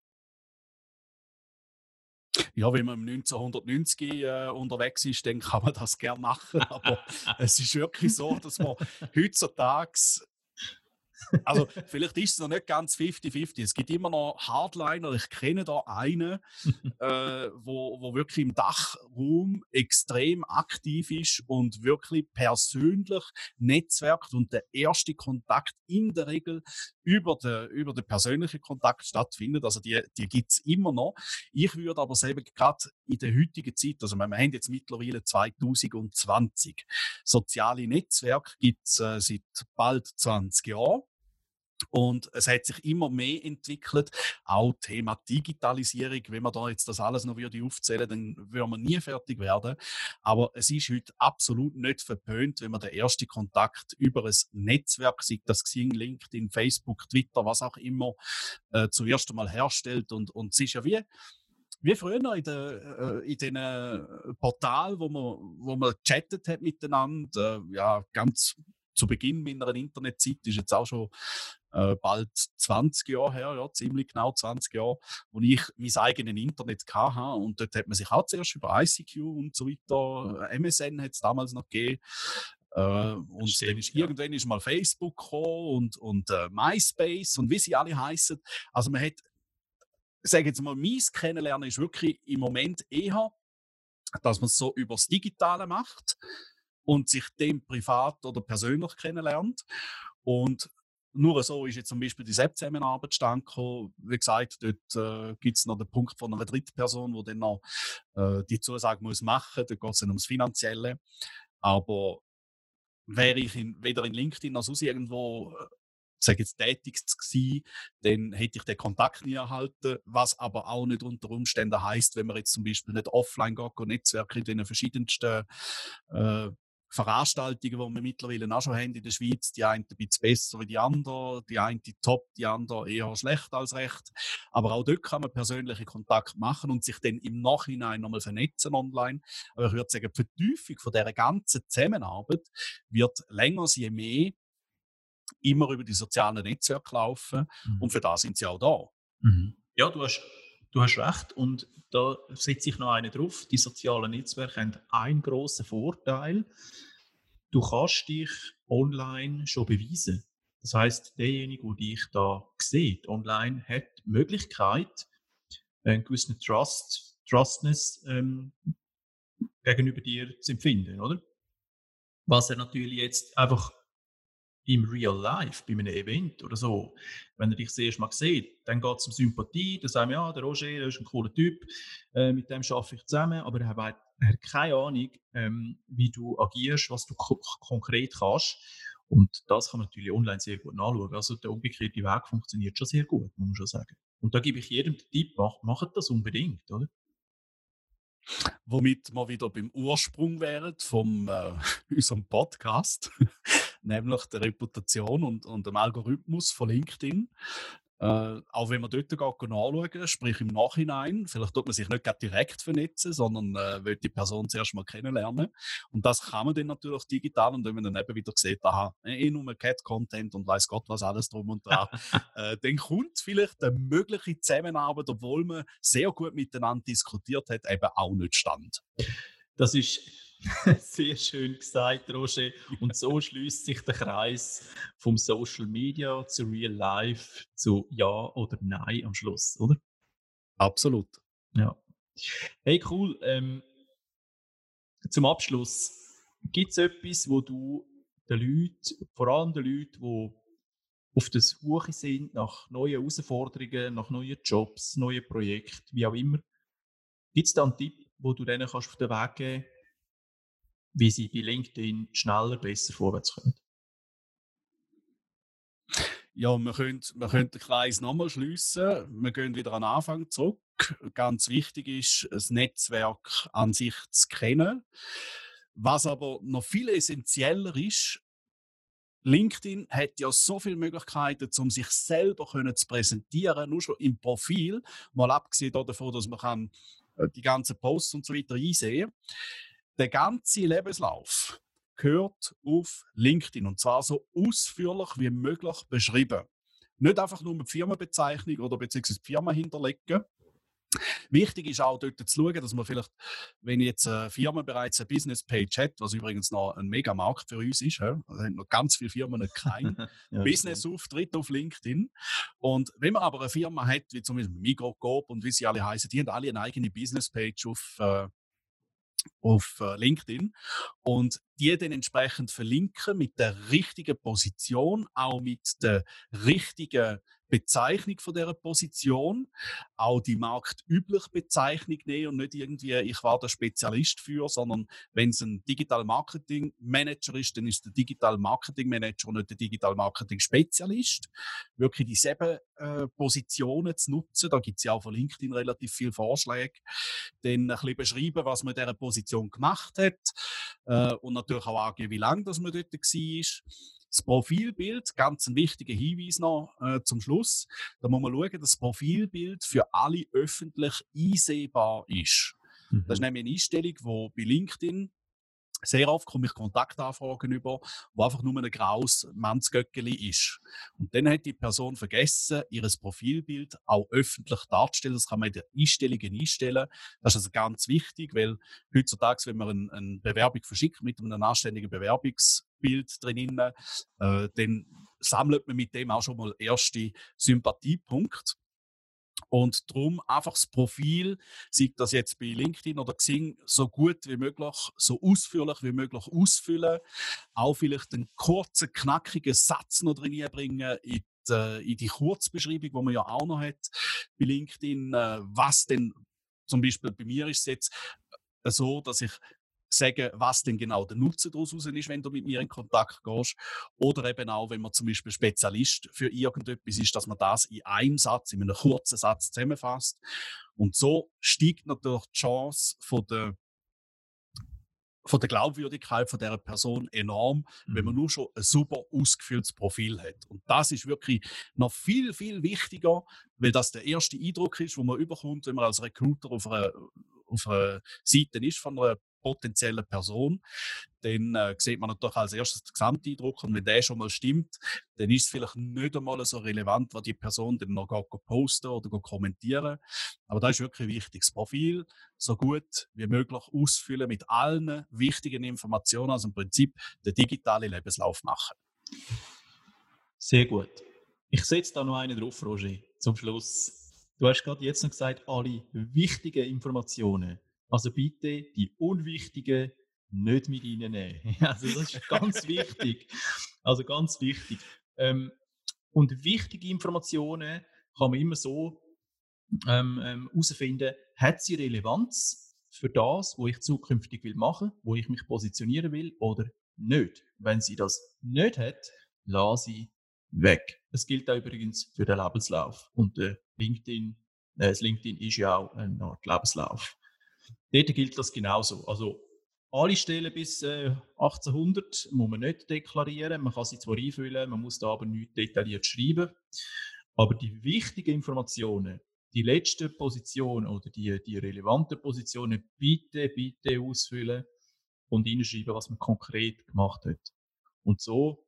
Ja, wenn man im neunzehnhundertneunzig äh, unterwegs ist, dann kann man das gerne machen. Aber es ist wirklich so, dass man heutzutage, also vielleicht ist es noch nicht ganz fünfzig fünfzig. Es gibt immer noch Hardliner. Ich kenne da einen, äh, wo, wo wirklich im Dachraum extrem aktiv ist und wirklich persönlich netzwerkt und der erste Kontakt in der Regel über den, über den persönlichen Kontakt stattfindet. Also die, die gibt es immer noch. Ich würde aber selber gerade in der heutigen Zeit, also wir haben jetzt mittlerweile zwanzig zwanzig, soziale Netzwerke gibt es äh, seit bald zwanzig Jahren. Und es hat sich immer mehr entwickelt, auch Thema Digitalisierung. Wenn man da jetzt das alles noch würde aufzählen, dann würden wir nie fertig werden. Aber es ist heute absolut nicht verpönt, wenn man den ersten Kontakt über ein Netzwerk, sei das Xing, LinkedIn, Facebook, Twitter, was auch immer, äh, zuerst einmal herstellt. Und, und es ist ja wie, wie früher in den äh, in den äh, Portalen, wo man, wo man chattet hat miteinander, äh, ja, ganz zu Beginn meiner Internetzeit, ist jetzt auch schon äh, bald zwanzig Jahre her, ja, ziemlich genau zwanzig Jahre, wo ich mein eigenes Internet hatte. Und dort hat man sich auch zuerst über I C Q und so weiter, M S N hat es damals noch gegeben. Äh, und Stimmt, dann ist ja. irgendwann ist mal Facebook gekommen und, und äh, MySpace und wie sie alle heißen. Also man hat, ich sage jetzt mal, mein Kennenlernen ist wirklich im Moment eher, dass man es so über das Digitale macht und sich dem privat oder persönlich kennenlernt. Und nur so ist jetzt zum Beispiel die S E P-Zusammenarbeit zustande gekommen. Wie gesagt, dort äh, gibt es noch den Punkt von einer Drittperson, die dann noch äh, die Zusage muss machen muss. Dort geht es dann ums Finanzielle. Aber wäre ich in, weder in LinkedIn noch sonst irgendwo äh, sage jetzt tätig gewesen, dann hätte ich den Kontakt nie erhalten, was aber auch nicht unter Umständen heisst, wenn man jetzt zum Beispiel nicht offline geht und Netzwerke in den verschiedensten äh, Veranstaltungen, die wir mittlerweile auch schon haben in der Schweiz, die eine ein bisschen besser wie die andere, die eine top, die andere eher schlecht als recht. Aber auch dort kann man persönliche Kontakt machen und sich dann im Nachhinein nochmal vernetzen online. Aber ich würde sagen, die Vertiefung von dieser ganzen Zusammenarbeit wird länger, je mehr immer über die sozialen Netzwerke laufen. Mhm. Und für das sind sie auch da. Mhm. Ja, du hast, du hast recht. Und da setze ich noch einen drauf. Die sozialen Netzwerke haben einen grossen Vorteil. du kannst dich online schon beweisen. Das heisst, derjenige, der dich da sieht, online, hat die Möglichkeit, einen gewissen Trust, Trustness ähm, gegenüber dir zu empfinden, oder? Was er natürlich jetzt einfach im Real Life, bei einem Event oder so, wenn er dich das erste Mal sieht, dann geht es um Sympathie, dann sagen wir, ja, der Roger, der ist ein cooler Typ, äh, mit dem arbeite ich zusammen, aber er hat, er hat keine Ahnung, ähm, wie du agierst, was du ko konkret kannst. Und das kann man natürlich online sehr gut nachschauen. Also der umgekehrte Weg funktioniert schon sehr gut, muss man schon sagen. Und da gebe ich jedem den Tipp, macht, macht das unbedingt, oder? Womit wir wieder beim Ursprung wären von äh, unserem Podcast, nämlich der Reputation und, und dem Algorithmus von LinkedIn. Äh, auch wenn man dort geht, nachschauen, sprich im Nachhinein, vielleicht tut man sich nicht direkt vernetzen, sondern äh, will die Person zuerst mal kennenlernen. Und das kann man dann natürlich digital, und wenn man dann eben wieder sieht, aha, eh nur Cat-Content und weiß Gott was alles drum und dran, äh, dann kommt vielleicht eine mögliche Zusammenarbeit, obwohl man sehr gut miteinander diskutiert hat, eben auch nicht stand. Das ist sehr schön gesagt, Roger. Und so schließt sich der Kreis vom Social Media zu Real Life zu Ja oder Nein am Schluss, oder? Absolut. Ja. Hey, cool. Ähm, zum Abschluss, gibt es etwas, wo du den Leuten, vor allem den Leuten, die auf der Suche sind nach neuen Herausforderungen, nach neuen Jobs, neuen Projekten, wie auch immer, gibt es da einen Tipp, wo du denen kannst auf den Weg geben kannst, wie sie bei LinkedIn schneller, besser vorwärts kommen? Ja, wir können, wir können den Kreis nochmal schliessen. Wir gehen wieder an den Anfang zurück. Ganz wichtig ist, das Netzwerk an sich zu kennen. Was aber noch viel essentieller ist, LinkedIn hat ja so viele Möglichkeiten, um sich selber zu präsentieren, nur schon im Profil, mal abgesehen davon, dass man kann die ganzen Posts und so weiter einsehen kann. Der ganze Lebenslauf gehört auf LinkedIn, und zwar so ausführlich wie möglich beschrieben. Nicht einfach nur mit Firmenbezeichnung oder beziehungsweise die Firma hinterlegen. Wichtig ist auch dort zu schauen, dass man vielleicht, wenn jetzt eine Firma bereits eine Business-Page hat, was übrigens noch ein mega Markt für uns ist, also haben noch ganz viele Firmen keinen ja, Business-Auftritt auf LinkedIn. Und wenn man aber eine Firma hat, wie zum Beispiel Migros, Coop und wie sie alle heißen, die haben alle eine eigene Business-Page auf äh, auf äh, LinkedIn und die dann entsprechend verlinken mit der richtigen Position, auch mit der richtigen Bezeichnung von dieser Position, auch die marktübliche Bezeichnung nehmen und nicht irgendwie, ich war der Spezialist für, sondern wenn es ein Digital Marketing Manager ist, dann ist der Digital Marketing Manager und nicht der Digital Marketing Spezialist. Wirklich dieselben äh, Positionen zu nutzen, da gibt es ja auch von LinkedIn relativ viele Vorschläge, dann ein bisschen beschreiben, was man in dieser Position gemacht hat äh, und natürlich auch angeben, wie lange das man dort war. Das Profilbild, ganz ein wichtiger Hinweis noch äh, zum Schluss. Da muss man schauen, dass das Profilbild für alle öffentlich einsehbar ist. Mhm. Das ist nämlich eine Einstellung, die bei LinkedIn sehr oft komme ich Kontaktanfragen über, wo einfach nur ein graues Mannsgöckeli ist. Und dann hat die Person vergessen, ihr Profilbild auch öffentlich darzustellen. Das kann man in den Einstellungen einstellen. Das ist also ganz wichtig, weil heutzutage, wenn man eine, eine Bewerbung verschickt mit einem anständigen Bewerbungsbild drinnen, äh, dann sammelt man mit dem auch schon mal erste Sympathiepunkte. Und darum einfach das Profil, sei das jetzt bei LinkedIn oder Xing, so gut wie möglich, so ausführlich wie möglich ausfüllen. Auch vielleicht einen kurzen, knackigen Satz noch drin bringen in die, in die Kurzbeschreibung, die man ja auch noch hat bei LinkedIn. Was denn, zum Beispiel bei mir ist es jetzt so, dass ich sagen, was denn genau der Nutzen daraus ist, wenn du mit mir in Kontakt gehst. Oder eben auch, wenn man zum Beispiel Spezialist für irgendetwas ist, dass man das in einem Satz, in einem kurzen Satz zusammenfasst. Und so steigt natürlich die Chance von der, von der Glaubwürdigkeit von dieser Person enorm, mhm. wenn man nur schon ein super ausgefülltes Profil hat. Und das ist wirklich noch viel, viel wichtiger, weil das der erste Eindruck ist, den man überkommt, wenn man als Recruiter auf einer, auf einer Seite ist von einer potenziellen Person, dann äh, sieht man natürlich als erstes den Gesamteindruck. Und wenn der schon mal stimmt, dann ist es vielleicht nicht einmal so relevant, was die Person dann noch posten oder kommentieren. Aber das ist wirklich wichtig. Das Profil so gut wie möglich ausfüllen mit allen wichtigen Informationen, also im Prinzip den digitalen Lebenslauf machen. Sehr gut. Ich setze da noch einen drauf, Roger, zum Schluss. Du hast gerade jetzt noch gesagt, alle wichtigen Informationen. Also bitte die unwichtigen nicht mit reinnehmen. Also das ist ganz wichtig. Also ganz wichtig. Ähm, und wichtige Informationen kann man immer so herausfinden, ähm, ähm, hat sie Relevanz für das, was ich zukünftig will machen, wo ich mich positionieren will oder nicht. Wenn sie das nicht hat, lasse sie weg. Das gilt auch übrigens für den Lebenslauf. Und äh, LinkedIn, äh, das LinkedIn ist ja auch eine Art Lebenslauf. Dort gilt das genauso. Also alle Stellen bis äh, achtzehnhundert muss man nicht deklarieren. Man kann sie zwar einfüllen, man muss da aber nicht detailliert schreiben. Aber die wichtigen Informationen, die letzte Position oder die, die relevanten Positionen bitte, bitte ausfüllen und hinschreiben, was man konkret gemacht hat. Und so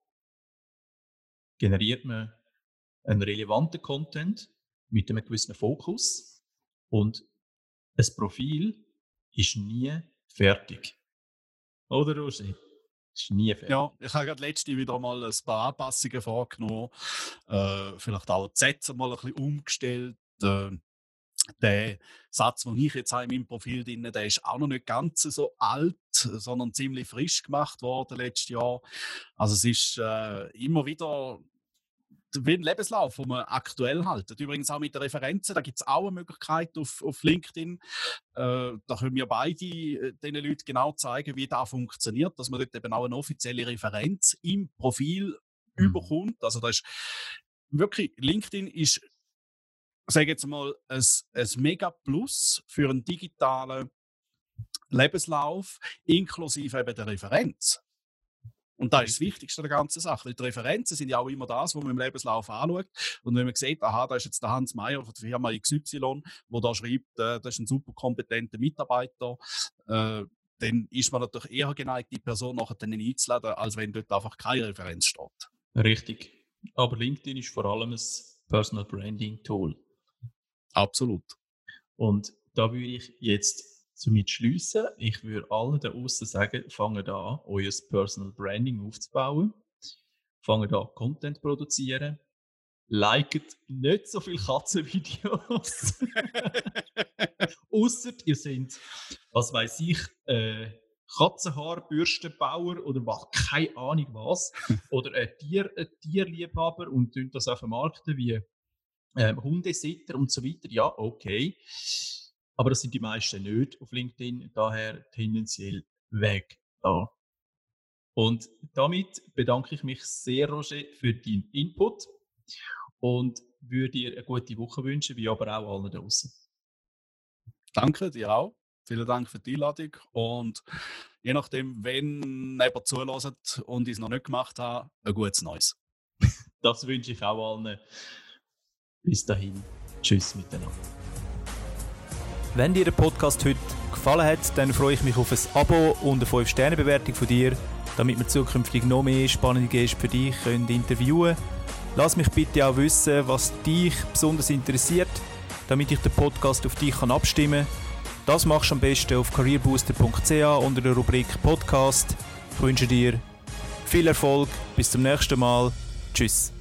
generiert man einen relevanten Content mit einem gewissen Fokus und ein Profil ist nie fertig. Oder, Roger? Ist nie fertig. Ja, ich habe gerade letzte wieder mal ein paar Anpassungen vorgenommen. Äh, vielleicht auch die Sätze mal ein bisschen umgestellt. Äh, der Satz, den ich jetzt habe in meinem Profil drin, der ist auch noch nicht ganz so alt, sondern ziemlich frisch gemacht worden letztes Jahr. Also es ist äh, immer wieder wie ein Lebenslauf, den man aktuell haltet. Übrigens auch mit den Referenzen, da gibt es auch eine Möglichkeit auf, auf LinkedIn. Äh, da können wir beide äh, den Leuten genau zeigen, wie das funktioniert, dass man dort eben auch eine offizielle Referenz im Profil mhm. überkommt. Also das ist wirklich, LinkedIn ist, sage jetzt mal, ein, ein mega Plus für einen digitalen Lebenslauf, inklusive eben der Referenz. Und das ist das Wichtigste der ganzen Sache. Die Referenzen sind ja auch immer das, was man im Lebenslauf anschaut. Und wenn man sieht, aha, da ist jetzt der Hans Meier von der Firma X Y, der da schreibt, äh, das ist ein super kompetenter Mitarbeiter, äh, dann ist man natürlich eher geneigt, die Person nachher dann einzuladen, als wenn dort einfach keine Referenz steht. Richtig. Aber LinkedIn ist vor allem ein Personal Branding Tool. Absolut. Und da würde ich jetzt somit schliessen. Ich würde allen da außen sagen, fangt an, euer Personal Branding aufzubauen. Fangt an, Content zu produzieren. Liket nicht so viele Katzenvideos. Ausser ihr seid, was weiss ich, äh, Katzenhaarbürstenbauer oder was, keine Ahnung was. Oder ein, Tier, ein Tierliebhaber und tun das auf vermarkten wie ähm, Hundesitter und so weiter. Ja, okay. Aber das sind die meisten nicht auf LinkedIn, daher tendenziell weg da. Und damit bedanke ich mich sehr, Roger, für deinen Input und würde dir eine gute Woche wünschen, wie aber auch allen draußen. Danke, dir auch. Vielen Dank für die Einladung. Und je nachdem, wenn jemand zuhört und ich es noch nicht gemacht habe, ein gutes Neues. Das wünsche ich auch allen. Bis dahin. Tschüss miteinander. Wenn dir der Podcast heute gefallen hat, dann freue ich mich auf ein Abo und eine fünf Sterne Bewertung von dir, damit wir zukünftig noch mehr spannende Gäste für dich können interviewen können. Lass mich bitte auch wissen, was dich besonders interessiert, damit ich den Podcast auf dich abstimmen kann. Das machst du am besten auf careerbooster punkt c h unter der Rubrik Podcast. Ich wünsche dir viel Erfolg, bis zum nächsten Mal. Tschüss.